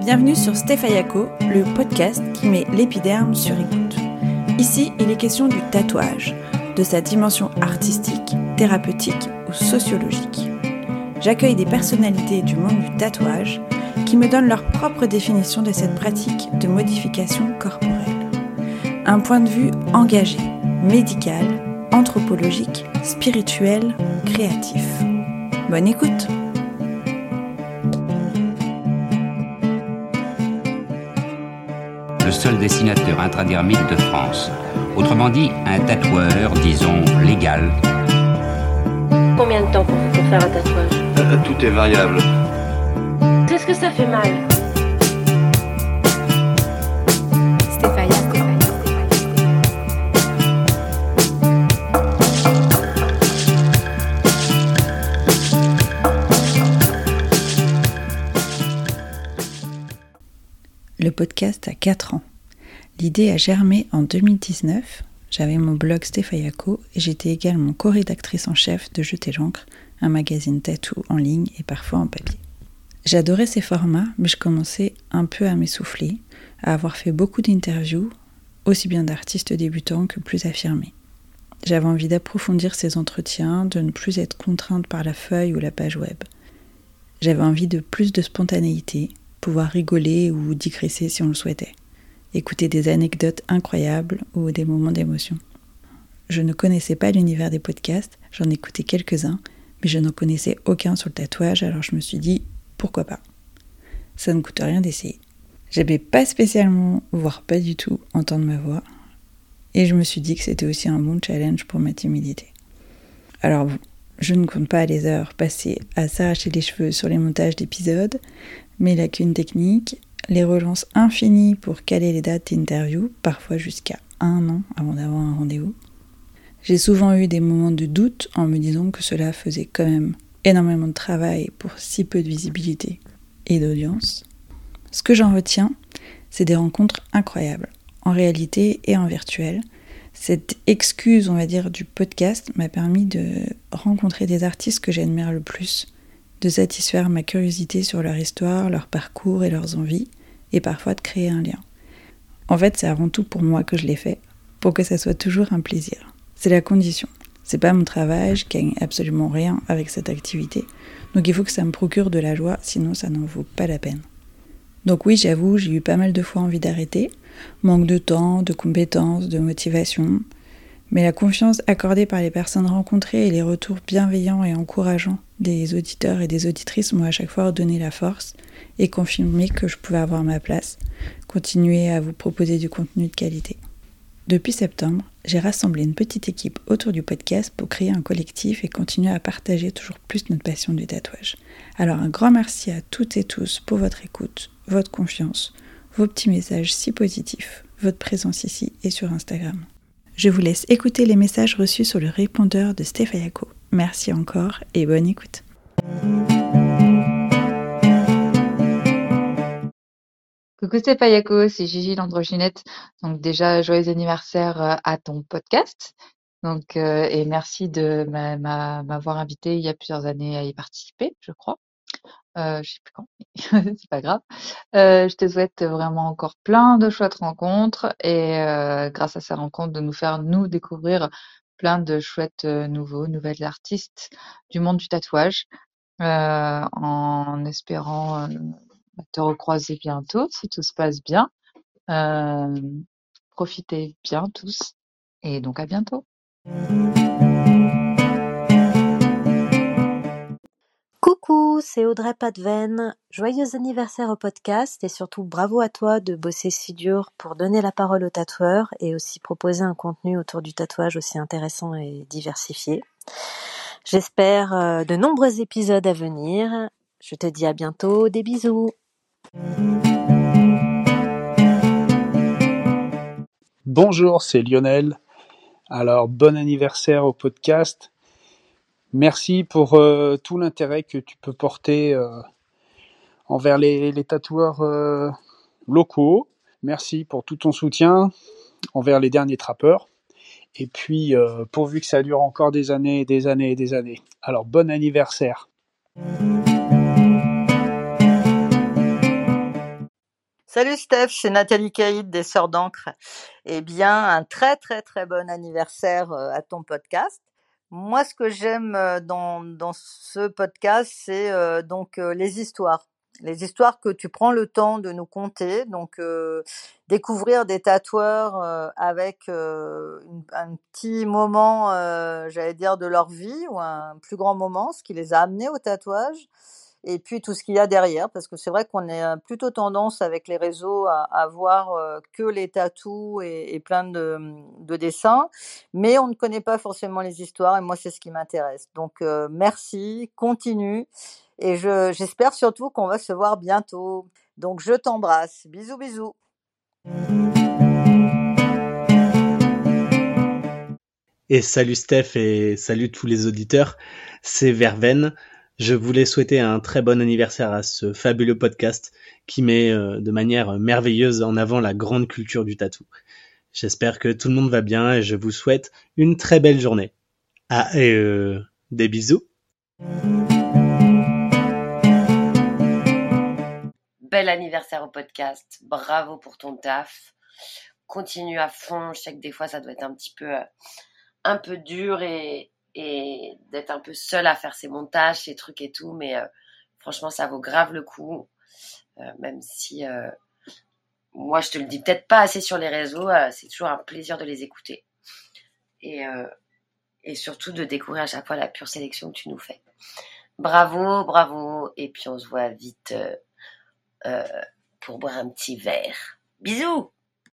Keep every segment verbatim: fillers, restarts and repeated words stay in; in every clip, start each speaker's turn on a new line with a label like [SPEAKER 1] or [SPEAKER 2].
[SPEAKER 1] Bienvenue sur Stéphayako, le podcast qui met l'épiderme sur écoute. Ici, il est question du tatouage, de sa dimension artistique, thérapeutique ou sociologique. J'accueille des personnalités du monde du tatouage qui me donnent leur propre définition de cette pratique de modification corporelle. Un point de vue engagé, médical, anthropologique, spirituel, créatif. Bonne écoute!
[SPEAKER 2] Le seul dessinateur intradermique de France. Autrement dit, un tatoueur, disons, légal.
[SPEAKER 3] Combien de temps pour, pour faire un tatouage ?
[SPEAKER 4] euh, Tout est variable.
[SPEAKER 3] Est-ce que ça fait mal ?
[SPEAKER 1] Le podcast a quatre ans. L'idée a germé en deux mille dix-neuf. J'avais mon blog Stéphayako et j'étais également co-rédactrice en chef de Jeter l'encre, un magazine tattoo en ligne et parfois en papier. J'adorais ces formats, mais je commençais un peu à m'essouffler, à avoir fait beaucoup d'interviews, aussi bien d'artistes débutants que plus affirmés. J'avais envie d'approfondir ces entretiens, de ne plus être contrainte par la feuille ou la page web. J'avais envie de plus de spontanéité, pouvoir rigoler ou digresser si on le souhaitait, écouter des anecdotes incroyables ou des moments d'émotion. Je ne connaissais pas l'univers des podcasts, j'en écoutais quelques-uns, mais je n'en connaissais aucun sur le tatouage, alors je me suis dit, pourquoi pas ? Ça ne coûte rien d'essayer. J'aimais pas spécialement, voire pas du tout, entendre ma voix, et je me suis dit que c'était aussi un bon challenge pour ma timidité. Alors bon, je ne compte pas les heures passées à s'arracher les cheveux sur les montages d'épisodes, mais il n'y a qu'une technique, les relances infinies pour caler les dates d'interview, parfois jusqu'à un an avant d'avoir un rendez-vous. J'ai souvent eu des moments de doute en me disant que cela faisait quand même énormément de travail pour si peu de visibilité et d'audience. Ce que j'en retiens, c'est des rencontres incroyables, en réalité et en virtuel. Cette excuse, on va dire, du podcast m'a permis de rencontrer des artistes que j'admire le plus, de satisfaire ma curiosité sur leur histoire, leur parcours et leurs envies, et parfois de créer un lien. En fait, c'est avant tout pour moi que je l'ai fait, pour que ça soit toujours un plaisir. C'est la condition. C'est pas mon travail, je gagne absolument rien avec cette activité, donc il faut que ça me procure de la joie, sinon ça n'en vaut pas la peine. Donc oui, j'avoue, j'ai eu pas mal de fois envie d'arrêter, manque de temps, de compétences, de motivation, mais la confiance accordée par les personnes rencontrées et les retours bienveillants et encourageants des auditeurs et des auditrices m'ont à chaque fois redonné la force et confirmé que je pouvais avoir ma place, continuer à vous proposer du contenu de qualité. Depuis septembre, j'ai rassemblé une petite équipe autour du podcast pour créer un collectif et continuer à partager toujours plus notre passion du tatouage. Alors un grand merci à toutes et tous pour votre écoute, votre confiance, vos petits messages si positifs, votre présence ici et sur Instagram. Je vous laisse écouter les messages reçus sur le répondeur de Stéphayako. Merci encore et bonne écoute.
[SPEAKER 5] Coucou Stéphayako, c'est Gigi l'androgynette. Donc déjà, joyeux anniversaire à ton podcast. Donc euh, et merci de m'a- m'a- m'avoir invité il y a plusieurs années à y participer, je crois. Euh, je sais plus quand, mais c'est pas grave. Euh, je te souhaite vraiment encore plein de chouettes rencontres et euh, grâce à ces rencontres de nous faire nous découvrir plein de chouettes euh, nouveaux, nouvelles artistes du monde du tatouage, euh, en espérant euh, te recroiser bientôt si tout se passe bien. Euh, profitez bien tous et donc à bientôt.
[SPEAKER 3] Coucou, c'est Audrey Padven. Joyeux anniversaire au podcast et surtout bravo à toi de bosser si dur pour donner la parole aux tatoueurs et aussi proposer un contenu autour du tatouage aussi intéressant et diversifié. J'espère euh, de nombreux épisodes à venir. Je te dis à bientôt, des bisous.
[SPEAKER 6] Bonjour, c'est Lionel. Alors, bon anniversaire au podcast. Merci pour euh, tout l'intérêt que tu peux porter euh, envers les, les tatoueurs euh, locaux. Merci pour tout ton soutien envers les derniers trappeurs. Et puis, euh, pourvu que ça dure encore des années et des années et des années. Alors, bon anniversaire.
[SPEAKER 4] Salut Steph, c'est Nathalie Caïd des Sœurs d'encre. Eh bien, un très très très bon anniversaire euh, à ton podcast. Moi, ce que j'aime euh, dans, dans ce podcast, c'est euh, donc euh, les histoires. Les histoires que tu prends le temps de nous conter. Donc, euh, découvrir des tatoueurs euh, avec euh, une- un petit moment, euh, j'allais dire, de leur vie ou un plus grand moment, ce qui les a amenés au tatouage. Et puis tout ce qu'il y a derrière, parce que c'est vrai qu'on est euh, plutôt tendance avec les réseaux à, à voir euh, que les tatous et, et plein de, de dessins, mais on ne connaît pas forcément les histoires et moi c'est ce qui m'intéresse. Donc euh, merci, continue et je, j'espère surtout qu'on va se voir bientôt. Donc je t'embrasse, bisous bisous.
[SPEAKER 7] Et salut Steph et salut tous les auditeurs, c'est Verveine. Je voulais souhaiter un très bon anniversaire à ce fabuleux podcast qui met euh, de manière merveilleuse en avant la grande culture du tatou. J'espère que tout le monde va bien et je vous souhaite une très belle journée. Ah, et euh, des bisous.
[SPEAKER 8] Bel anniversaire au podcast, bravo pour ton taf. Continue à fond, je sais que des fois ça doit être un petit peu, euh, un peu dur et, et d'être un peu seul à faire ses montages, ses trucs et tout, mais euh, franchement ça vaut grave le coup, euh, même si euh, moi je te le dis peut-être pas assez sur les réseaux, euh, c'est toujours un plaisir de les écouter et, euh, et surtout de découvrir à chaque fois la pure sélection que tu nous fais. Bravo, bravo, et puis on se voit vite euh, euh, pour boire un petit verre. Bisous.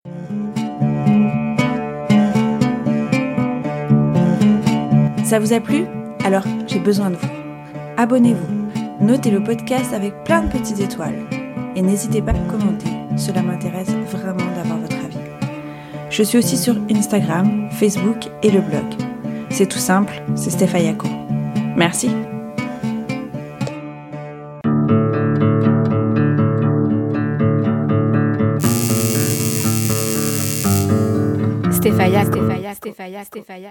[SPEAKER 1] Ça vous a plu ? Alors, j'ai besoin de vous. Abonnez-vous, notez le podcast avec plein de petites étoiles. Et n'hésitez pas à commenter, cela m'intéresse vraiment d'avoir votre avis. Je suis aussi sur Instagram, Facebook et le blog. C'est tout simple, c'est Steph Ayako. Merci.
[SPEAKER 9] Stéphaya, Stéphaya, Stéphaya, Stéphaya.